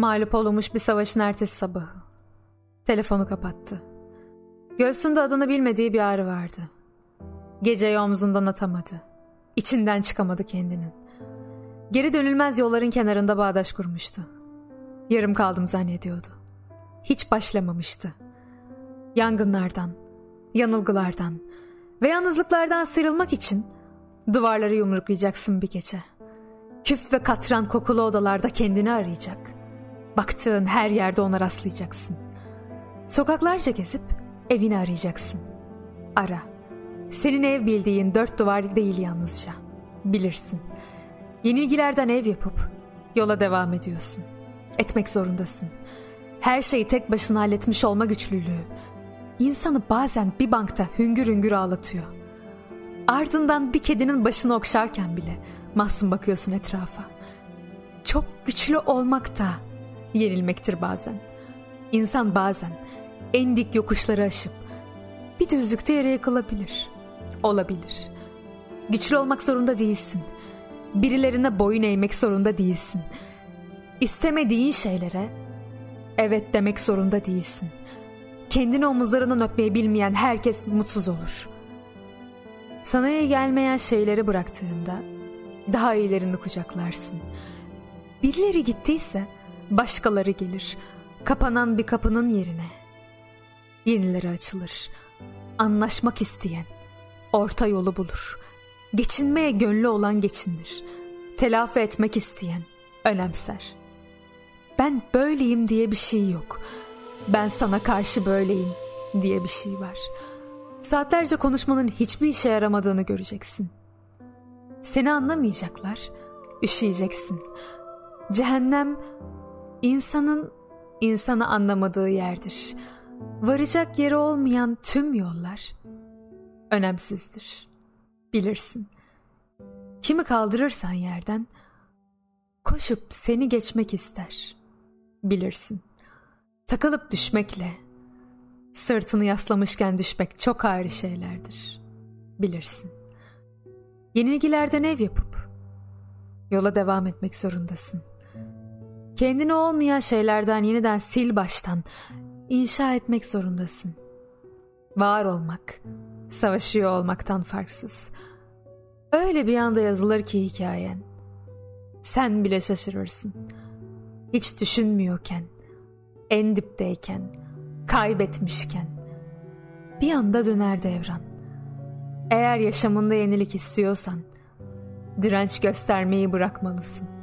Mağlup olunmuş bir savaşın ertesi sabahı. Telefonu kapattı. Göğsünde adını bilmediği bir ağrı vardı. Geceyi omzundan atamadı. İçinden çıkamadı kendinin. Geri dönülmez yolların kenarında bağdaş kurmuştu. Yarım kaldım zannediyordu. Hiç başlamamıştı. Yangınlardan, yanılgılardan ve yalnızlıklardan sıyrılmak için duvarları yumruklayacaksın bir gece. Küf ve katran kokulu odalarda kendini arayacak. Baktığın her yerde ona rastlayacaksın. Sokaklarca gezip evini arayacaksın. Ara. Senin ev bildiğin 4 duvar değil yalnızca. Bilirsin. Yenilgilerden ev yapıp yola devam ediyorsun. Etmek zorundasın. Her şeyi tek başına halletmiş olma güçlülüğü insanı bazen bir bankta hüngür hüngür ağlatıyor. Ardından bir kedinin başını okşarken bile mahzun bakıyorsun etrafa. Çok güçlü olmak da yenilmektir bazen. İnsan bazen en dik yokuşları aşıp bir düzlükte yere yıkılabilir. Olabilir. Güçlü olmak zorunda değilsin. Birilerine boyun eğmek zorunda değilsin. İstemediğin şeylere evet demek zorunda değilsin. Kendini omuzlarından öpmeyi bilmeyen herkes mutsuz olur. Sana iyi gelmeyen şeyleri bıraktığında daha iyilerini kucaklarsın. Birileri gittiyse başkaları gelir. Kapanan bir kapının yerine yenileri açılır. Anlaşmak isteyen orta yolu bulur. Geçinmeye gönlü olan geçinir. Telafi etmek isteyen önemser. Ben böyleyim diye bir şey yok. Ben sana karşı böyleyim diye bir şey var. Saatlerce konuşmanın hiçbir işe yaramadığını göreceksin. Seni anlamayacaklar. Üşüyeceksin. Cehennem insanın insanı anlamadığı yerdir. Varacak yeri olmayan tüm yollar önemsizdir. Bilirsin. Kimi kaldırırsan yerden koşup seni geçmek ister. Bilirsin. Takılıp düşmekle sırtını yaslamışken düşmek çok ayrı şeylerdir. Bilirsin. Yenilgilerden ev yapıp yola devam etmek zorundasın. Kendine olmayan şeylerden yeniden sil baştan inşa etmek zorundasın. Var olmak, savaşıyor olmaktan farksız. Öyle bir anda yazılır ki hikayen. Sen bile şaşırırsın. Hiç düşünmüyorken, en dipteyken, kaybetmişken bir anda döner devran. Eğer yaşamında yenilik istiyorsan direnç göstermeyi bırakmalısın.